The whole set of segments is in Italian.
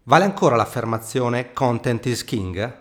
Vale ancora l'affermazione content is king?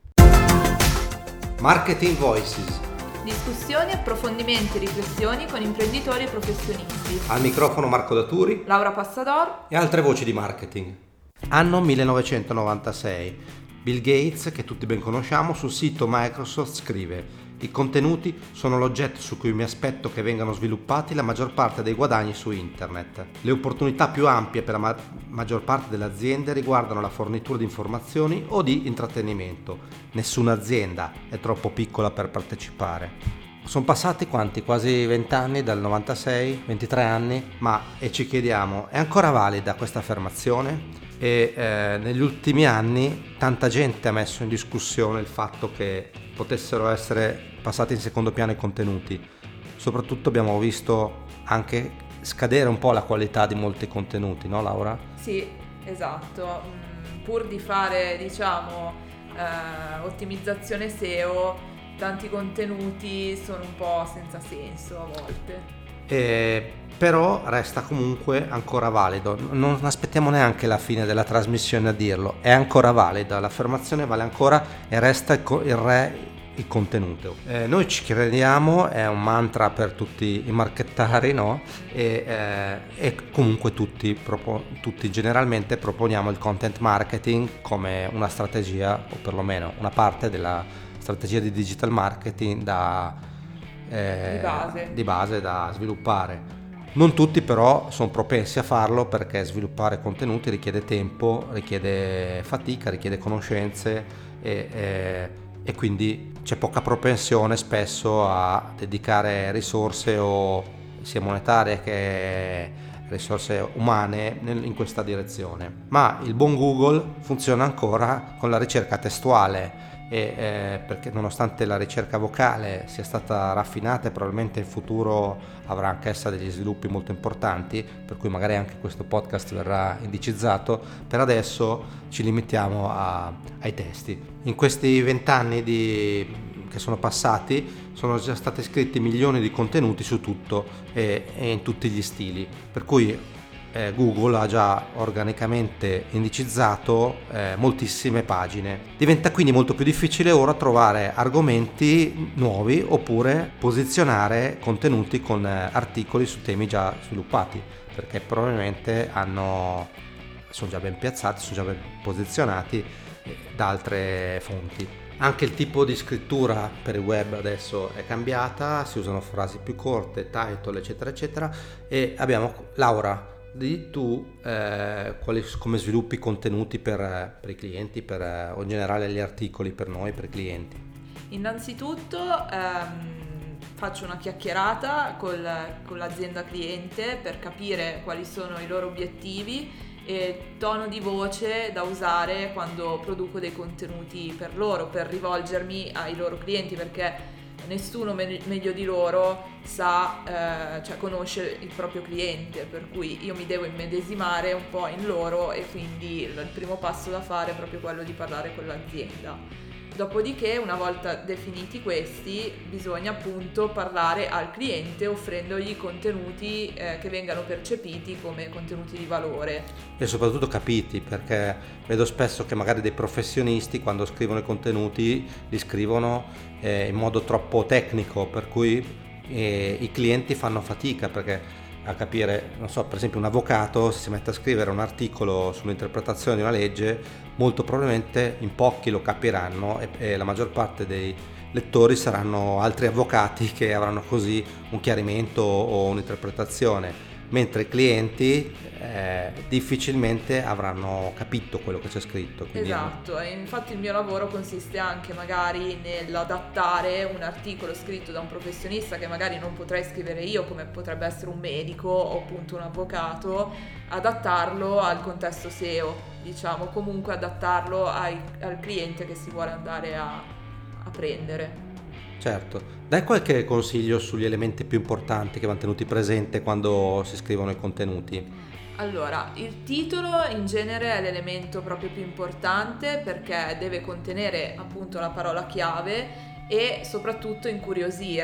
Marketing Voices. Discussioni, approfondimenti e riflessioni con imprenditori e professionisti. Al microfono Marco Daturi, Laura Passador e altre voci di marketing. Anno 1996. Bill Gates, che tutti ben conosciamo, sul sito Microsoft scrive: i contenuti sono l'oggetto su cui mi aspetto che vengano sviluppati la maggior parte dei guadagni su internet. Le opportunità più ampie per la maggior parte delle aziende riguardano la fornitura di informazioni o di intrattenimento. Nessuna azienda è troppo piccola per partecipare. Sono passati quanti? Quasi 20 anni dal 96, 23 anni, e ci chiediamo, è ancora valida questa affermazione? E negli ultimi anni tanta gente ha messo in discussione il fatto che potessero essere passati in secondo piano i contenuti. Soprattutto abbiamo visto anche scadere un po' la qualità di molti contenuti, no Laura? Sì, esatto. Pur di fare, ottimizzazione SEO, tanti contenuti sono un po' senza senso a volte. Però resta comunque ancora valido, non aspettiamo neanche la fine della trasmissione a dirlo, è ancora valida, l'affermazione vale ancora e resta il contenuto. Noi ci crediamo, è un mantra per tutti i marchettari, no? E comunque tutti generalmente proponiamo il content marketing come una strategia, o perlomeno una parte della strategia di digital marketing di base da sviluppare. Non tutti però sono propensi a farlo, perché sviluppare contenuti richiede tempo, richiede fatica, richiede conoscenze e quindi c'è poca propensione spesso a dedicare risorse, o sia monetarie che risorse umane, in questa direzione. Ma il buon Google funziona ancora con la ricerca testuale, perché nonostante la ricerca vocale sia stata raffinata e probabilmente in futuro avrà anche essa degli sviluppi molto importanti, per cui magari anche questo podcast verrà indicizzato, per adesso ci limitiamo ai testi. In questi 20 anni che sono passati sono già stati scritti milioni di contenuti su tutto e in tutti gli stili, per cui Google ha già organicamente indicizzato moltissime pagine. Diventa quindi molto più difficile ora trovare argomenti nuovi oppure posizionare contenuti con articoli su temi già sviluppati, perché probabilmente sono già ben piazzati, sono già ben posizionati da altre fonti. Anche il tipo di scrittura per il web adesso è cambiata, si usano frasi più corte, title eccetera eccetera, e abbiamo Laura. Di tu come sviluppi contenuti per i clienti, o in generale gli articoli per noi, per i clienti? Innanzitutto faccio una chiacchierata con l'azienda cliente per capire quali sono i loro obiettivi e tono di voce da usare quando produco dei contenuti per loro, per rivolgermi ai loro clienti, perché nessuno meglio di loro conosce il proprio cliente, per cui io mi devo immedesimare un po' in loro e quindi il primo passo da fare è proprio quello di parlare con l'azienda. Dopodiché, una volta definiti questi, bisogna appunto parlare al cliente offrendogli contenuti che vengano percepiti come contenuti di valore. E soprattutto capiti, perché vedo spesso che magari dei professionisti quando scrivono i contenuti li scrivono in modo troppo tecnico, per cui i clienti fanno fatica a capire, non so, per esempio un avvocato se si mette a scrivere un articolo sull'interpretazione di una legge, molto probabilmente in pochi lo capiranno e la maggior parte dei lettori saranno altri avvocati che avranno così un chiarimento o un'interpretazione, mentre i clienti difficilmente avranno capito quello che c'è scritto. Quindi esatto, e infatti il mio lavoro consiste anche magari nell'adattare un articolo scritto da un professionista che magari non potrei scrivere io, come potrebbe essere un medico o appunto un avvocato, adattarlo al contesto SEO, comunque adattarlo al cliente che si vuole andare a prendere. Certo, dai qualche consiglio sugli elementi più importanti che vanno tenuti presente quando si scrivono i contenuti? Allora, il titolo in genere è l'elemento proprio più importante, perché deve contenere appunto la parola chiave e soprattutto incuriosire.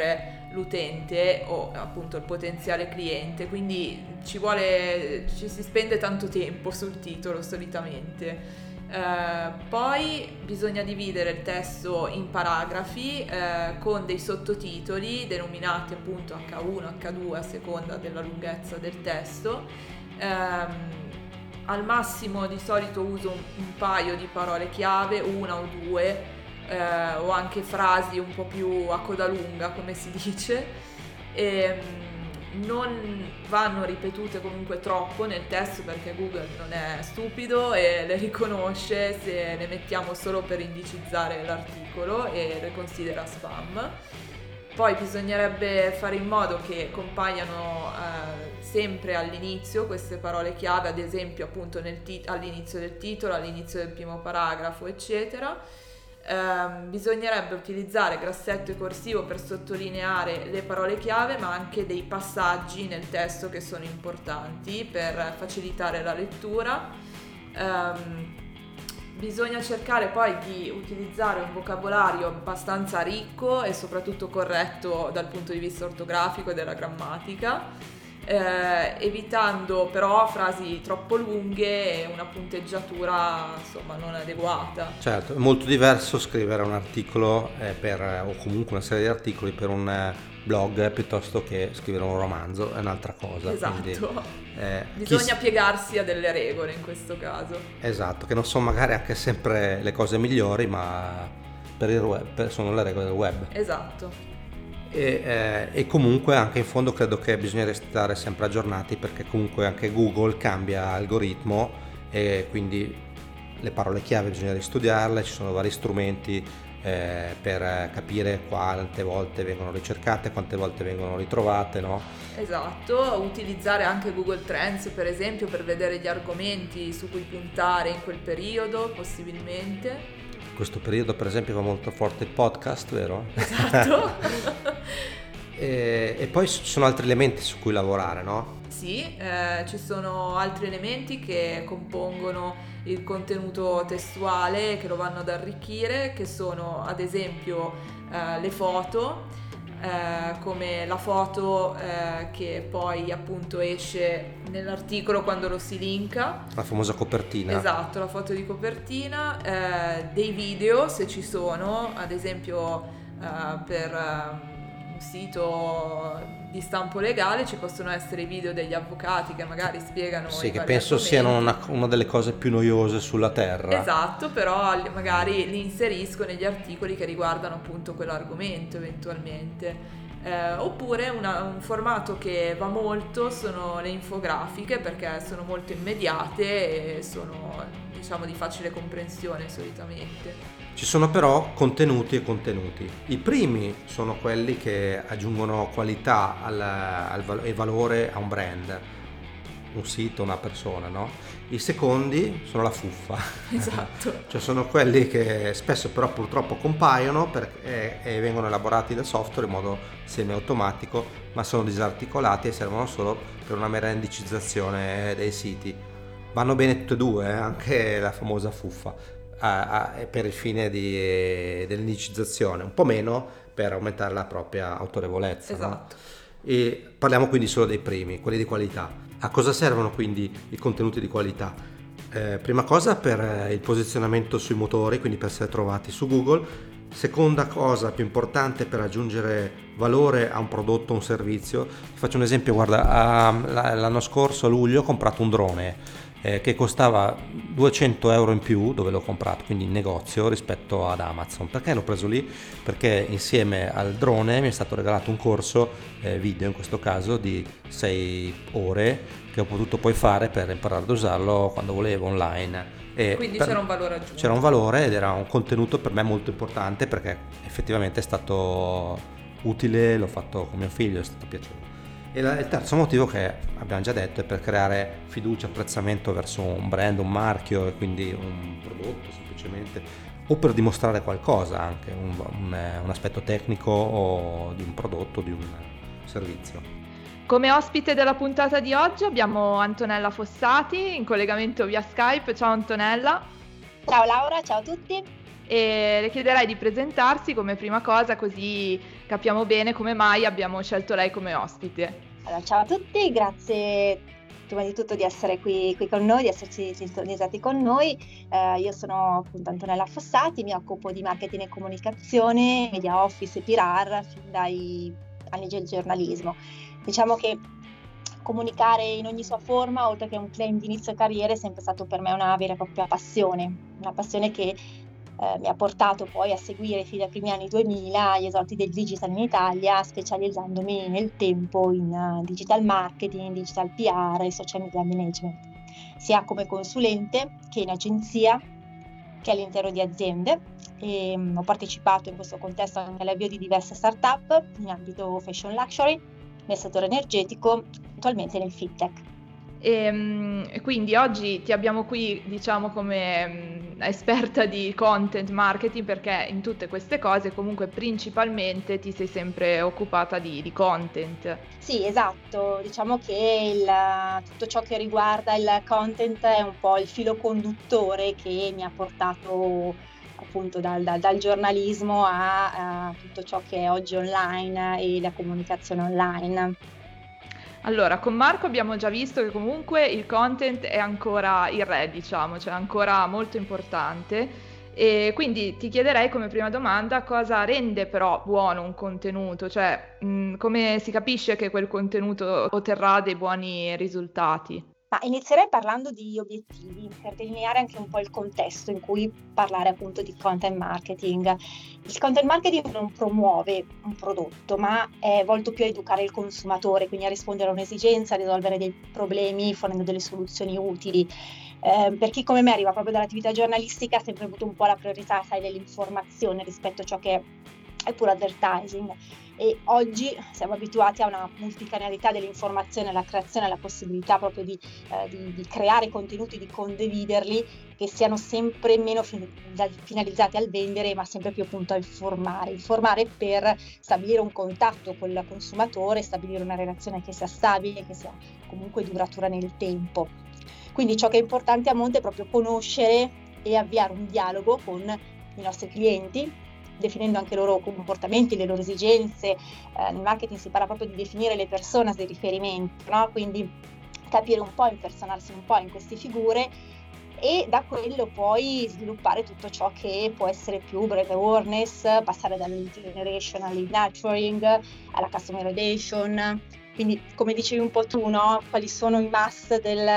l'utente o appunto il potenziale cliente, quindi ci si spende tanto tempo sul titolo solitamente. Poi bisogna dividere il testo in paragrafi con dei sottotitoli denominati appunto H1, H2 a seconda della lunghezza del testo. Al massimo di solito uso un paio di parole chiave, una o due, o anche frasi un po' più a coda lunga, come si dice, e non vanno ripetute comunque troppo nel testo, perché Google non è stupido e le riconosce se le mettiamo solo per indicizzare l'articolo e le considera spam. Poi bisognerebbe fare in modo che compaiano sempre all'inizio queste parole chiave, ad esempio appunto all'inizio del titolo, all'inizio del primo paragrafo, eccetera. Bisognerebbe utilizzare grassetto e corsivo per sottolineare le parole chiave, ma anche dei passaggi nel testo che sono importanti per facilitare la lettura. Bisogna cercare poi di utilizzare un vocabolario abbastanza ricco e soprattutto corretto dal punto di vista ortografico e della grammatica, evitando però frasi troppo lunghe e una punteggiatura insomma non adeguata. Certo, è molto diverso scrivere un articolo o comunque una serie di articoli per un blog piuttosto che scrivere un romanzo, è un'altra cosa. Esatto. Quindi, bisogna piegarsi a delle regole in questo caso. Esatto, che non sono magari anche sempre le cose migliori, ma per il web sono le regole del web. Esatto. E comunque anche in fondo credo che bisogna restare sempre aggiornati, perché comunque anche Google cambia algoritmo e quindi le parole chiave bisogna ristudiarle, ci sono vari strumenti per capire quante volte vengono ricercate, quante volte vengono ritrovate, no? Esatto, utilizzare anche Google Trends per esempio per vedere gli argomenti su cui puntare in quel periodo possibilmente. In questo periodo per esempio va molto forte il podcast, vero? Esatto. e poi ci sono altri elementi su cui lavorare, no? Sì, ci sono altri elementi che compongono il contenuto testuale, che lo vanno ad arricchire, che sono ad esempio le foto, come la foto che poi appunto esce nell'articolo quando lo si linka. La famosa copertina. Esatto, la foto di copertina, dei video se ci sono, ad esempio per un sito di stampo legale ci possono essere i video degli avvocati che magari spiegano sì, che penso siano una delle cose più noiose sulla terra. Esatto, però magari li inserisco negli articoli che riguardano appunto quell'argomento eventualmente. Oppure un formato che va molto sono le infografiche, perché sono molto immediate e sono diciamo di facile comprensione solitamente. Ci sono però contenuti e contenuti. I primi sono quelli che aggiungono qualità e valore a un brand, un sito, una persona, no? I secondi sono la fuffa. Esatto. Cioè sono quelli che spesso però purtroppo compaiono e vengono elaborati da software in modo semi-automatico, ma sono disarticolati e servono solo per una mera indicizzazione dei siti. Vanno bene tutte e due, anche la famosa fuffa. Per il fine dell'indicizzazione, un po' meno per aumentare la propria autorevolezza. Esatto. No? E parliamo quindi solo dei primi, quelli di qualità. A cosa servono quindi i contenuti di qualità? Prima cosa per il posizionamento sui motori, quindi per essere trovati su Google. Seconda cosa più importante, per aggiungere valore a un prodotto o un servizio. Faccio un esempio, guarda, l'anno scorso a luglio ho comprato un drone che costava 200 euro in più dove l'ho comprato, quindi in negozio, rispetto ad Amazon. Perché l'ho preso lì? Perché insieme al drone mi è stato regalato un corso video, in questo caso di 6 ore, che ho potuto poi fare per imparare ad usarlo quando volevo online. Quindi c'era un valore aggiunto. C'era un valore ed era un contenuto per me molto importante, perché effettivamente è stato utile, l'ho fatto con mio figlio, è stato piacevole. E il terzo motivo, che abbiamo già detto, è per creare fiducia, apprezzamento verso un brand, un marchio e quindi un prodotto semplicemente, o per dimostrare qualcosa, anche un aspetto tecnico o di un prodotto, di un servizio. Come ospite della puntata di oggi abbiamo Antonella Fossati in collegamento via Skype. Ciao Antonella. Ciao Laura, ciao a tutti. e le chiederei di presentarsi come prima cosa, così capiamo bene come mai abbiamo scelto lei come ospite. Allora, ciao a tutti, grazie prima di tutto di essere qui con noi, di esserci sintonizzati con noi. Io sono appunto Antonella Fossati, mi occupo di marketing e comunicazione, media office e PR fin dai anni del giornalismo. Diciamo che comunicare in ogni sua forma, oltre che un claim di inizio carriera, è sempre stato per me una vera e propria passione, una passione che mi ha portato poi a seguire fino ai primi anni 2000 gli esordi del digital in Italia, specializzandomi nel tempo in digital marketing, digital PR e social media management, sia come consulente che in agenzia che all'interno di aziende. Ho partecipato in questo contesto anche all'avvio di diverse start-up in ambito fashion luxury, nel settore energetico, attualmente nel fintech. E quindi oggi ti abbiamo qui, diciamo, come esperta di content marketing, perché in tutte queste cose comunque principalmente ti sei sempre occupata di content. Sì, esatto, diciamo che tutto ciò che riguarda il content è un po' il filo conduttore che mi ha portato appunto dal giornalismo a tutto ciò che è oggi online e la comunicazione online. Allora, con Marco abbiamo già visto che comunque il content è ancora il re, diciamo, cioè ancora molto importante, e quindi ti chiederei come prima domanda cosa rende però buono un contenuto, cioè come si capisce che quel contenuto otterrà dei buoni risultati? Ma inizierei parlando di obiettivi, per delineare anche un po' il contesto in cui parlare appunto di content marketing. Il content marketing non promuove un prodotto, ma è volto più a educare il consumatore, quindi a rispondere a un'esigenza, a risolvere dei problemi, fornendo delle soluzioni utili. Per chi come me arriva proprio dall'attività giornalistica ha sempre avuto un po' la priorità, sai, dell'informazione rispetto a ciò che è puro advertising. E oggi siamo abituati a una multicanalità dell'informazione, alla creazione, alla possibilità proprio di creare contenuti, di condividerli, che siano sempre meno finalizzati al vendere, ma sempre più appunto a informare per stabilire un contatto col consumatore, stabilire una relazione che sia stabile, che sia comunque duratura nel tempo. Quindi ciò che è importante a monte è proprio conoscere e avviare un dialogo con i nostri clienti, definendo anche i loro comportamenti, le loro esigenze. Nel marketing si parla proprio di definire le persone di riferimento, no? Quindi capire un po', impersonarsi un po' in queste figure e da quello poi sviluppare tutto ciò che può essere più brand awareness, passare dal lead generation al lead nurturing, alla customer relation. Quindi, come dicevi un po' tu, no? Quali sono i must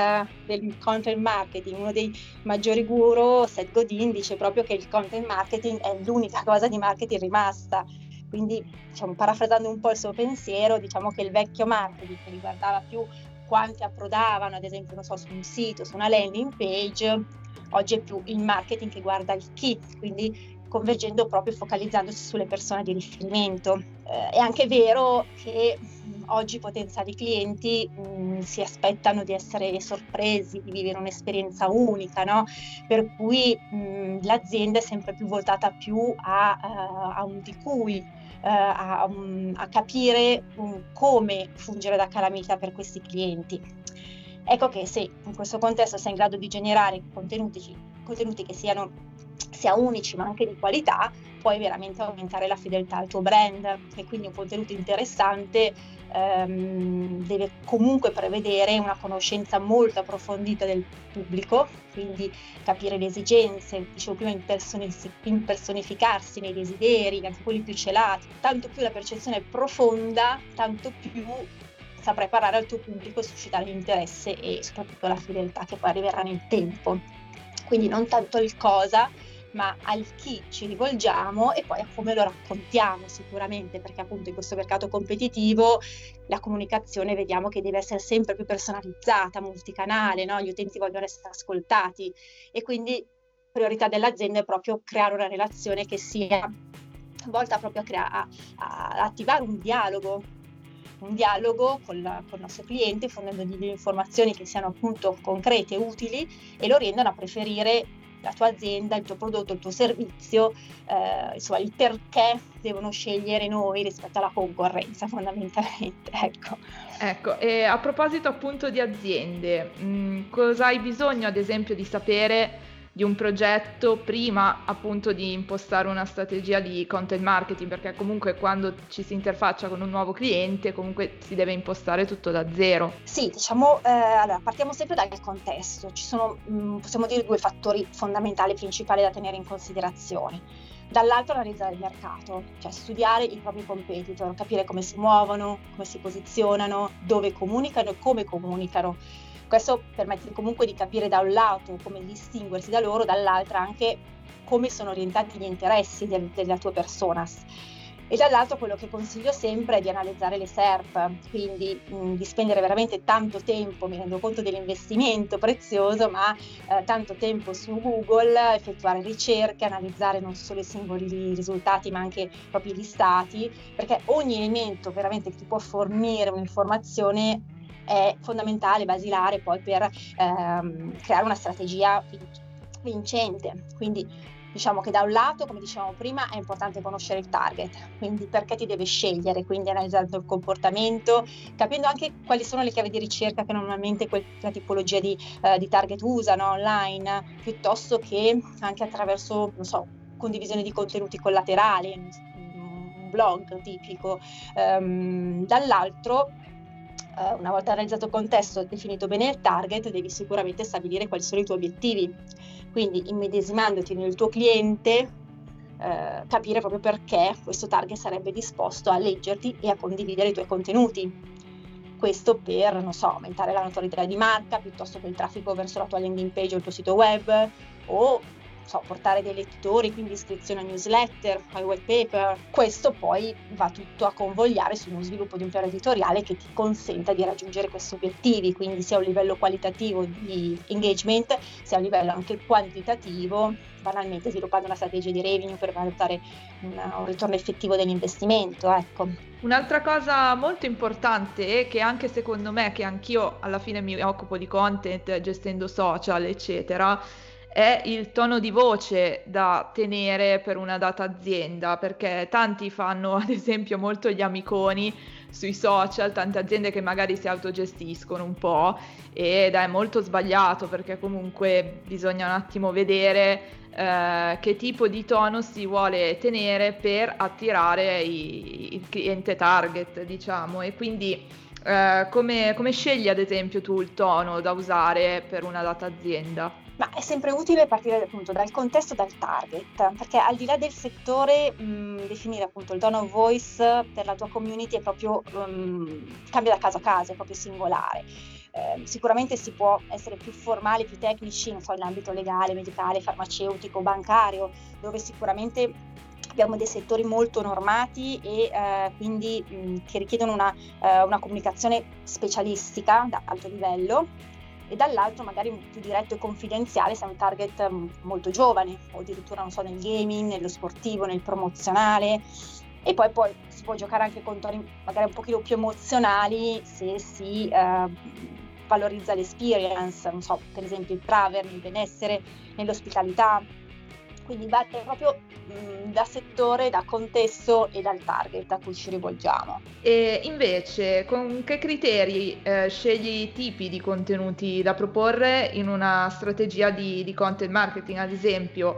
del content marketing? Uno dei maggiori guru, Seth Godin, dice proprio che il content marketing è l'unica cosa di marketing rimasta. Quindi, diciamo, parafrasando un po' il suo pensiero, diciamo che il vecchio marketing che riguardava più quanti approdavano, ad esempio, non so, su un sito, su una landing page, oggi è più il marketing che guarda il chi, quindi convergendo proprio e focalizzandosi sulle persone di riferimento. È anche vero che oggi i potenziali clienti si aspettano di essere sorpresi, di vivere un'esperienza unica, no? Per cui l'azienda è sempre più voltata più a un di cui, a capire come fungere da calamita per questi clienti. Ecco che se in questo contesto sei in grado di generare contenuti che siano sia unici ma anche di qualità, puoi veramente aumentare la fedeltà al tuo brand, e quindi un contenuto interessante deve comunque prevedere una conoscenza molto approfondita del pubblico, quindi capire le esigenze, dicevo prima, impersonificarsi nei desideri, anche quelli più celati. Tanto più la percezione è profonda, tanto più saprai parlare al tuo pubblico e suscitare l'interesse e soprattutto la fedeltà che poi arriverà nel tempo. Quindi non tanto il cosa, ma al chi ci rivolgiamo e poi a come lo raccontiamo sicuramente, perché appunto in questo mercato competitivo la comunicazione vediamo che deve essere sempre più personalizzata, multicanale, no? Gli utenti vogliono essere ascoltati e quindi priorità dell'azienda è proprio creare una relazione che sia volta proprio a attivare un dialogo con il nostro cliente, fornendogli delle informazioni che siano appunto concrete, utili e lo rendano a preferire la tua azienda, il tuo prodotto, il tuo servizio, insomma il perché devono scegliere noi rispetto alla concorrenza fondamentalmente. Ecco, e a proposito appunto di aziende, cosa hai bisogno ad esempio di sapere di un progetto prima appunto di impostare una strategia di content marketing, perché comunque quando ci si interfaccia con un nuovo cliente comunque si deve impostare tutto da zero. Sì, diciamo, allora partiamo sempre dal contesto. Ci sono, possiamo dire, due fattori fondamentali principali da tenere in considerazione. Dall'altro analizzare il mercato, cioè studiare i propri competitor, capire come si muovono, come si posizionano, dove comunicano e come comunicano. Questo permette comunque di capire da un lato come distinguersi da loro, dall'altro anche come sono orientati gli interessi della tua persona. E dall'altro quello che consiglio sempre è di analizzare le SERP, quindi di spendere veramente tanto tempo, mi rendo conto dell'investimento prezioso, ma tanto tempo su Google, effettuare ricerche, analizzare non solo i singoli risultati ma anche proprio gli stati, perché ogni elemento veramente che ti può fornire un'informazione è fondamentale, basilare poi per creare una strategia vincente. Quindi diciamo che da un lato, come dicevamo prima, è importante conoscere il target, quindi perché ti deve scegliere, quindi analizzando il comportamento, capendo anche quali sono le chiavi di ricerca che normalmente quella tipologia di target usano online, piuttosto che anche attraverso, non so, condivisione di contenuti collaterali, un blog tipico. Dall'altro, una volta analizzato il contesto e definito bene il target, devi sicuramente stabilire quali sono i tuoi obiettivi. Quindi immedesimandoti nel tuo cliente, capire proprio perché questo target sarebbe disposto a leggerti e a condividere i tuoi contenuti. Questo per, non so, aumentare la notorietà di marca, piuttosto che il traffico verso la tua landing page o il tuo sito web, o portare dei lettori, quindi iscrizione a newsletter, ai white paper. Questo poi va tutto a convogliare su uno sviluppo di un piano editoriale che ti consenta di raggiungere questi obiettivi, quindi sia a un livello qualitativo di engagement, sia a un livello anche quantitativo, banalmente sviluppando una strategia di revenue per valutare un ritorno effettivo dell'investimento, ecco. Un'altra cosa molto importante è che anche secondo me, che anch'io alla fine mi occupo di content, gestendo social, eccetera, è il tono di voce da tenere per una data azienda, perché tanti fanno ad esempio molto gli amiconi sui social, tante aziende che magari si autogestiscono un po', ed è molto sbagliato, perché comunque bisogna un attimo vedere che tipo di tono si vuole tenere per attirare il cliente target, diciamo, e quindi come scegli ad esempio tu il tono da usare per una data azienda? Ma è sempre utile partire appunto dal contesto e dal target, perché al di là del settore, definire appunto il tone of voice per la tua community è proprio cambia da caso a caso, è proprio singolare. Sicuramente si può essere più formali, più tecnici, non so, nell'ambito legale, medicale, farmaceutico, bancario, dove sicuramente abbiamo dei settori molto normati e quindi che richiedono una comunicazione specialistica da alto livello, e dall'altro magari più diretto e confidenziale se è un target molto giovane o addirittura, non so, nel gaming, nello sportivo, nel promozionale. E poi si può giocare anche con toni magari un pochino più emozionali se si valorizza l'experience, non so, per esempio il travel, il benessere, nell'ospitalità. Quindi va proprio da settore, da contesto e dal target a cui ci rivolgiamo. E invece, con che criteri scegli i tipi di contenuti da proporre in una strategia di content marketing? Ad esempio,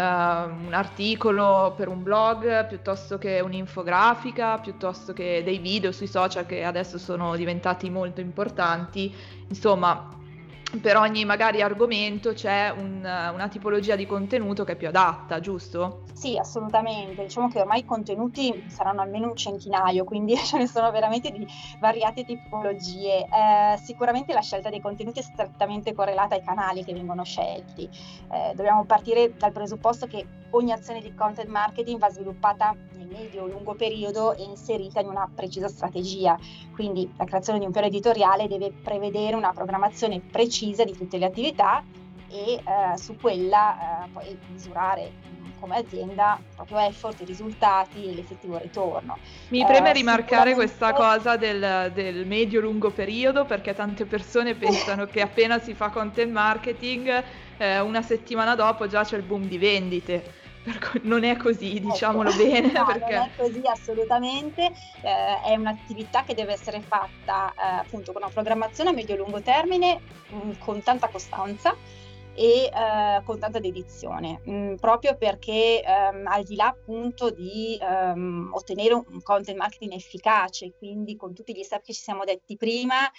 un articolo per un blog, piuttosto che un'infografica, piuttosto che dei video sui social che adesso sono diventati molto importanti. Insomma, per ogni magari argomento c'è una tipologia di contenuto che è più adatta, giusto? Sì, assolutamente. Diciamo che ormai i contenuti saranno almeno un centinaio, quindi ce ne sono veramente di variate tipologie. Sicuramente la scelta dei contenuti è strettamente correlata ai canali che vengono scelti. Dobbiamo partire dal presupposto che ogni azione di content marketing va sviluppata nel medio o lungo periodo e inserita in una precisa strategia. Quindi la creazione di un piano editoriale deve prevedere una programmazione precisa di tutte le attività e su quella poi misurare come azienda proprio effort, i risultati e l'effettivo ritorno. Mi preme rimarcare questa cosa del medio-lungo periodo, perché tante persone pensano che appena si fa content marketing una settimana dopo già c'è il boom di vendite. Non è così, diciamolo bene. No, perché non è così assolutamente, è un'attività che deve essere fatta appunto con una programmazione a medio-lungo termine, con tanta costanza, e con tanta dedizione, proprio perché al di là appunto di ottenere un content marketing efficace, quindi con tutti gli step che ci siamo detti prima,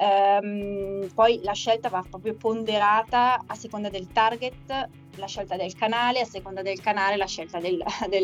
poi la scelta va proprio ponderata a seconda del target, la scelta del canale, a seconda del canale la scelta del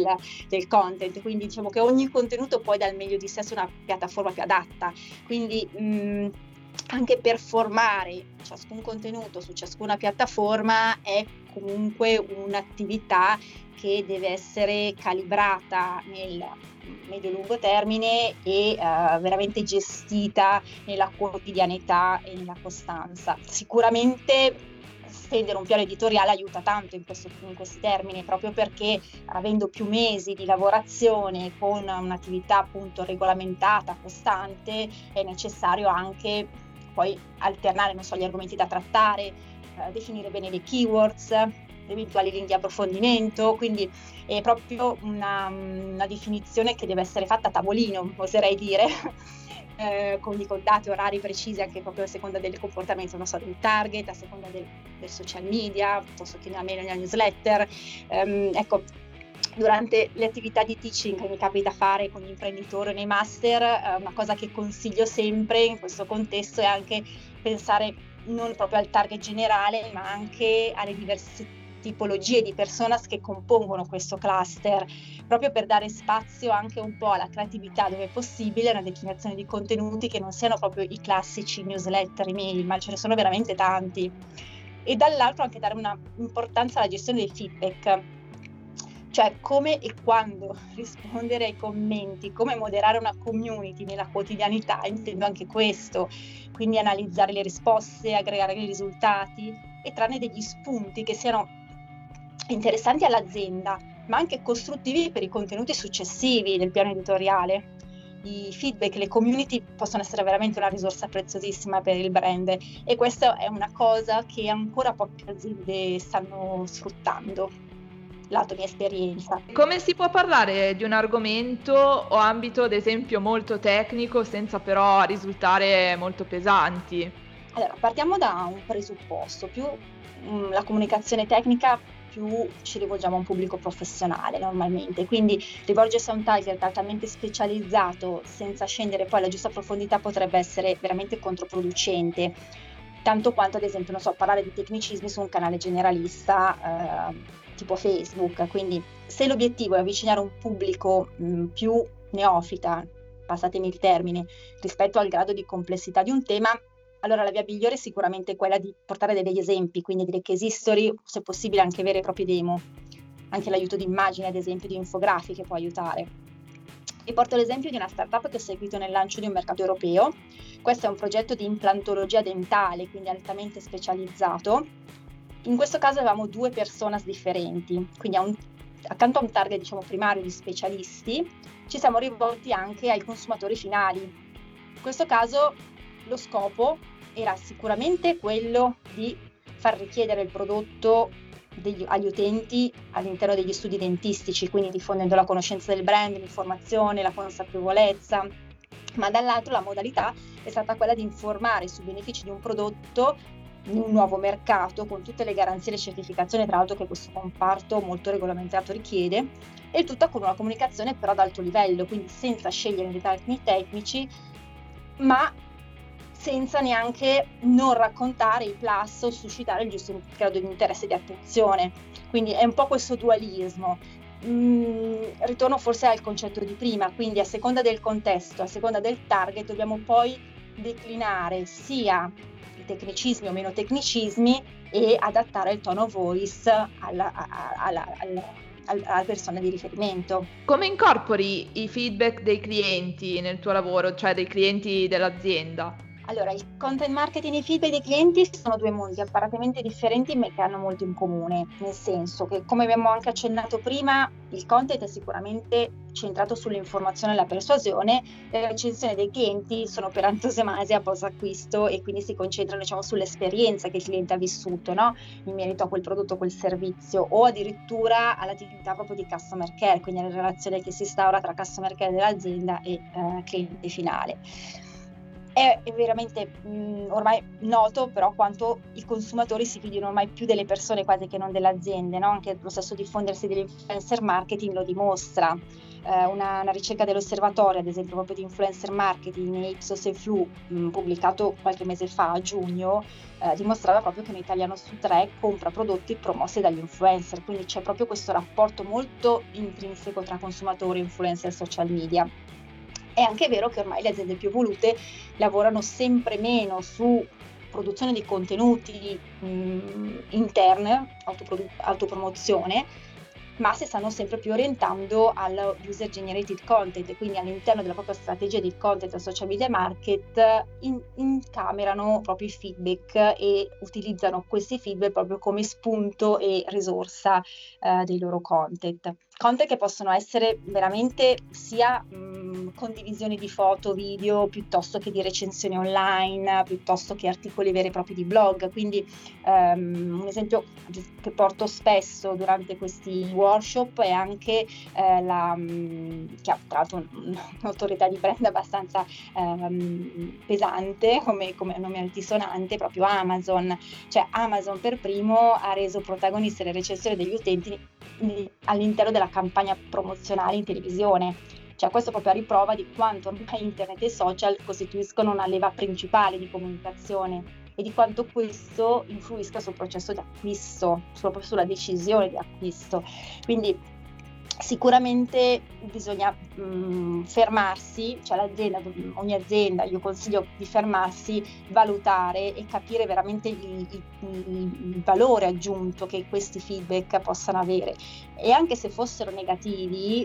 content, quindi diciamo che ogni contenuto poi dà il meglio di sé su una piattaforma più adatta, quindi anche performare ciascun contenuto su ciascuna piattaforma è comunque un'attività che deve essere calibrata nel medio-lungo termine e veramente gestita nella quotidianità e nella costanza. Sicuramente stendere un piano editoriale aiuta tanto in questi termini, proprio perché avendo più mesi di lavorazione con un'attività appunto regolamentata, costante, è necessario anche poi alternare, non so, gli argomenti da trattare, definire bene le keywords, eventuali link di approfondimento, quindi è proprio una definizione che deve essere fatta a tavolino, oserei dire, con dati, orari precisi, anche proprio a seconda del comportamento, non so, del target, a seconda del social media, piuttosto che nella mail o nella newsletter. Ecco, durante le attività di teaching che mi capita fare con gli imprenditori o nei master, una cosa che consiglio sempre in questo contesto è anche pensare non proprio al target generale, ma anche alle diverse tipologie di personas che compongono questo cluster, proprio per dare spazio anche un po' alla creatività dove è possibile, una declinazione di contenuti che non siano proprio i classici newsletter, email, ma ce ne sono veramente tanti. E dall'altro anche dare una importanza alla gestione dei feedback, cioè come e quando rispondere ai commenti, come moderare una community nella quotidianità, intendo anche questo, quindi analizzare le risposte, aggregare i risultati e trarne degli spunti che siano interessanti all'azienda, ma anche costruttivi per i contenuti successivi del piano editoriale. I feedback, le community possono essere veramente una risorsa preziosissima per il brand e questa è una cosa che ancora poche aziende stanno sfruttando, lato mia esperienza. Come si può parlare di un argomento o ambito, ad esempio, molto tecnico senza però risultare molto pesanti? Allora, partiamo da un presupposto, più la comunicazione tecnica, più ci rivolgiamo a un pubblico professionale normalmente, quindi rivolgersi a un target altamente specializzato senza scendere poi alla giusta profondità potrebbe essere veramente controproducente, tanto quanto ad esempio, non so, parlare di tecnicismi su un canale generalista tipo Facebook. Quindi se l'obiettivo è avvicinare un pubblico più neofita, passatemi il termine, rispetto al grado di complessità di un tema, allora la via migliore è sicuramente quella di portare degli esempi, quindi delle case history, se possibile anche vere e proprie demo. Anche l'aiuto di immagini, ad esempio, di infografiche può aiutare. Vi porto l'esempio di una startup che ho seguito nel lancio di un mercato europeo. Questo è un progetto di implantologia dentale, quindi altamente specializzato. In questo caso avevamo 2 personas differenti, quindi accanto a un target, diciamo, primario di specialisti, ci siamo rivolti anche ai consumatori finali. In questo caso lo scopo era sicuramente quello di far richiedere il prodotto agli utenti all'interno degli studi dentistici, quindi diffondendo la conoscenza del brand, l'informazione, la consapevolezza, ma dall'altro la modalità è stata quella di informare sui benefici di un prodotto in un nuovo mercato con tutte le garanzie e le certificazioni, tra l'altro, che questo comparto molto regolamentato richiede, e il tutto con una comunicazione però ad alto livello, quindi senza scegliere dettagli tecnici, ma senza neanche non raccontare i plus o suscitare il giusto grado di interesse e di attenzione. Quindi è un po' questo dualismo. Ritorno forse al concetto di prima, quindi a seconda del contesto, a seconda del target, dobbiamo poi declinare sia i tecnicismi o meno tecnicismi e adattare il tone of voice alla persona di riferimento. Come incorpori i feedback dei clienti nel tuo lavoro, cioè dei clienti dell'azienda? Allora, il content marketing e i feedback dei clienti sono 2 mondi apparentemente differenti ma che hanno molto in comune, nel senso che, come abbiamo anche accennato prima, il content è sicuramente centrato sull'informazione e la persuasione, le recensioni dei clienti sono per antonomasia a post acquisto e quindi si concentrano, diciamo, sull'esperienza che il cliente ha vissuto, no? In merito a quel prodotto o quel servizio, o addirittura all'attività proprio di customer care, quindi alla relazione che si instaura tra customer care dell'azienda e cliente finale. È veramente ormai noto però quanto i consumatori si fidino ormai più delle persone quasi che non delle aziende, no? Anche lo stesso diffondersi dell'influencer marketing lo dimostra. Una ricerca dell'osservatorio, ad esempio proprio di influencer marketing, Ipsos e Flu, pubblicato qualche mese fa, a giugno, dimostrava proprio che un italiano su 3 compra prodotti promossi dagli influencer, quindi c'è proprio questo rapporto molto intrinseco tra consumatori, influencer e social media. È anche vero che ormai le aziende più evolute lavorano sempre meno su produzione di contenuti interne, autopromozione, ma si stanno sempre più orientando al user generated content, e quindi all'interno della propria strategia di content e social media market incamerano proprio i feedback e utilizzano questi feedback proprio come spunto e risorsa dei loro content. Content che possono essere veramente sia condivisioni di foto, video, piuttosto che di recensioni online, piuttosto che articoli veri e propri di blog. Quindi un esempio che porto spesso durante questi workshop è anche che ha tra l'altro un'autorità di brand abbastanza pesante come nome altisonante, proprio Amazon. Cioè Amazon per primo ha reso protagoniste le recensioni degli utenti all'interno della campagna promozionale in televisione. Cioè questo proprio a riprova di quanto ormai internet e social costituiscono una leva principale di comunicazione e di quanto questo influisca sul processo di acquisto, proprio sulla decisione di acquisto. Quindi sicuramente bisogna fermarsi, cioè ogni azienda, io consiglio di fermarsi, valutare e capire veramente il valore aggiunto che questi feedback possano avere, e anche se fossero negativi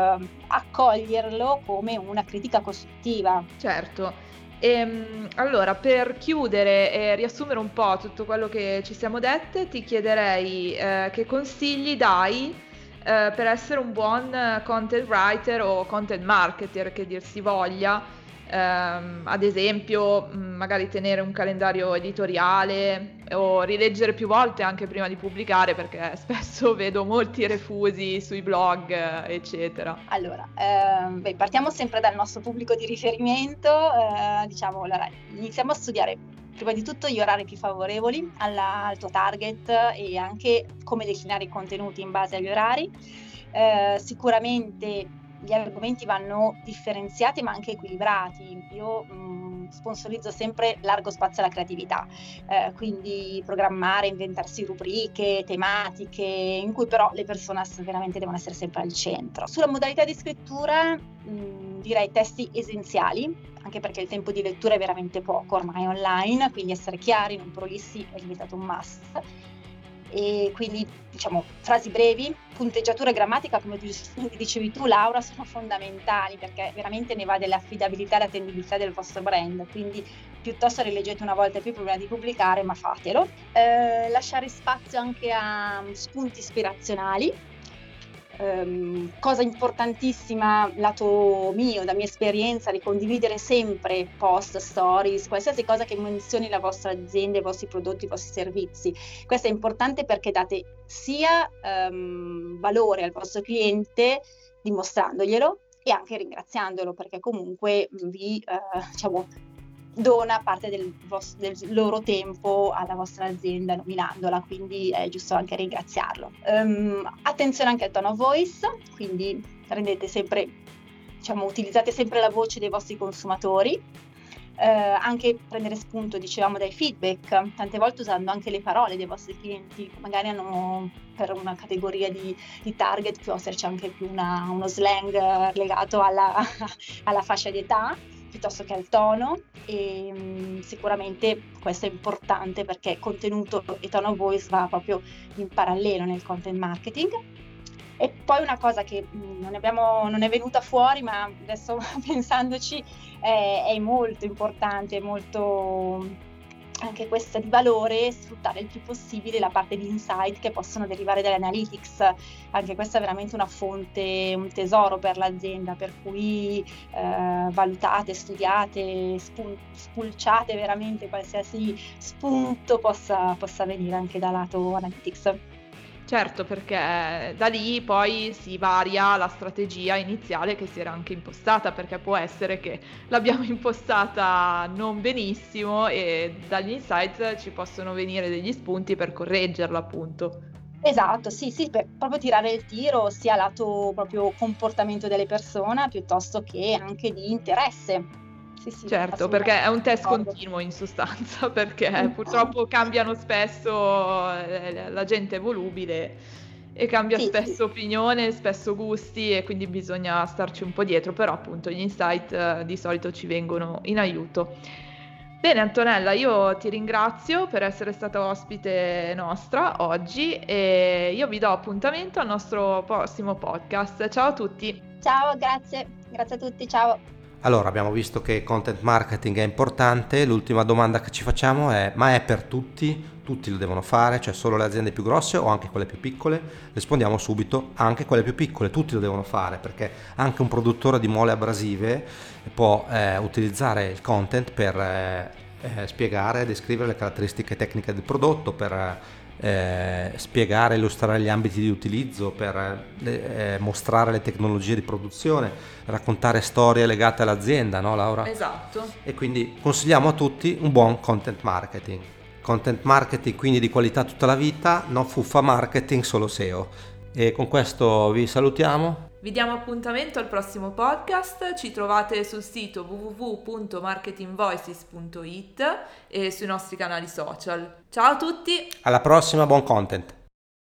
accoglierlo come una critica costruttiva. Certo. Allora, per chiudere e riassumere un po' tutto quello che ci siamo dette, ti chiederei che consigli dai per essere un buon content writer o content marketer, che dir si voglia. Ad esempio, magari tenere un calendario editoriale o rileggere più volte anche prima di pubblicare, perché spesso vedo molti refusi sui blog, eccetera. Allora, partiamo sempre dal nostro pubblico di riferimento, allora, iniziamo a studiare prima di tutto gli orari più favorevoli al tuo target e anche come declinare i contenuti in base agli orari. Sicuramente gli argomenti vanno differenziati ma anche equilibrati. Io sponsorizzo sempre largo spazio alla creatività, quindi programmare, inventarsi rubriche, tematiche in cui però le persone veramente devono essere sempre al centro. Sulla modalità di scrittura direi testi essenziali, anche perché il tempo di lettura è veramente poco ormai online, quindi essere chiari, non prolissi è diventato un must. E quindi frasi brevi, punteggiatura e grammatica, come dicevi tu Laura, sono fondamentali, perché veramente ne va dell'affidabilità e l'attendibilità del vostro brand, quindi piuttosto rileggete una volta più prima di pubblicare, ma fatelo. Lasciare spazio anche a spunti ispirazionali. Cosa importantissima lato mio, da mia esperienza, ricondividere sempre post, stories, qualsiasi cosa che menzioni la vostra azienda, i vostri prodotti, i vostri servizi. Questo è importante perché date sia valore al vostro cliente dimostrandoglielo e anche ringraziandolo, perché comunque vi dona parte del loro tempo alla vostra azienda nominandola, quindi è giusto anche ringraziarlo. Attenzione anche al tone of voice, quindi rendete sempre, utilizzate sempre la voce dei vostri consumatori, anche prendere spunto, dicevamo, dai feedback, tante volte usando anche le parole dei vostri clienti, magari hanno per una categoria di target può esserci anche più uno slang legato alla fascia di età piuttosto che al tono, e sicuramente questo è importante perché contenuto e tone of voice va proprio in parallelo nel content marketing. E poi una cosa che non è venuta fuori, ma adesso pensandoci è molto importante, è molto anche questa di valore, sfruttare il più possibile la parte di insight che possono derivare dalle analytics. Anche questa è veramente una fonte, un tesoro per l'azienda, per cui valutate, studiate, spulciate veramente qualsiasi spunto possa venire anche da lato analytics. Certo, perché da lì poi si varia la strategia iniziale che si era anche impostata, perché può essere che l'abbiamo impostata non benissimo e dagli insights ci possono venire degli spunti per correggerla, appunto. Esatto, sì, sì, per proprio tirare il tiro sia lato proprio comportamento delle persone piuttosto che anche di interesse. Sì, sì, Certo, perché è un test d'accordo. continuo in sostanza, perché purtroppo cambiano spesso, la gente è volubile e cambia Sì, sì. spesso opinione, spesso gusti e quindi bisogna starci un po' dietro, però appunto gli insight di solito ci vengono in aiuto. Bene Antonella, io ti ringrazio per essere stata ospite nostra oggi e io vi do appuntamento al nostro prossimo podcast. Ciao a tutti! Ciao, grazie a tutti, ciao. Allora, abbiamo visto che content marketing è importante, l'ultima domanda che ci facciamo è: ma è per tutti? Tutti lo devono fare, cioè solo le aziende più grosse o anche quelle più piccole? Rispondiamo subito: anche quelle più piccole, tutti lo devono fare, perché anche un produttore di mole abrasive può utilizzare il content per spiegare e descrivere le caratteristiche tecniche del prodotto, per spiegare e illustrare gli ambiti di utilizzo, per mostrare le tecnologie di produzione, raccontare storie legate all'azienda, no Laura? Esatto. E quindi consigliamo a tutti un buon content marketing. Content marketing quindi di qualità tutta la vita, non fuffa marketing, solo SEO. E con questo vi salutiamo. Vi diamo appuntamento al prossimo podcast, ci trovate sul sito www.marketingvoices.it e sui nostri canali social. Ciao a tutti! Alla prossima, buon content!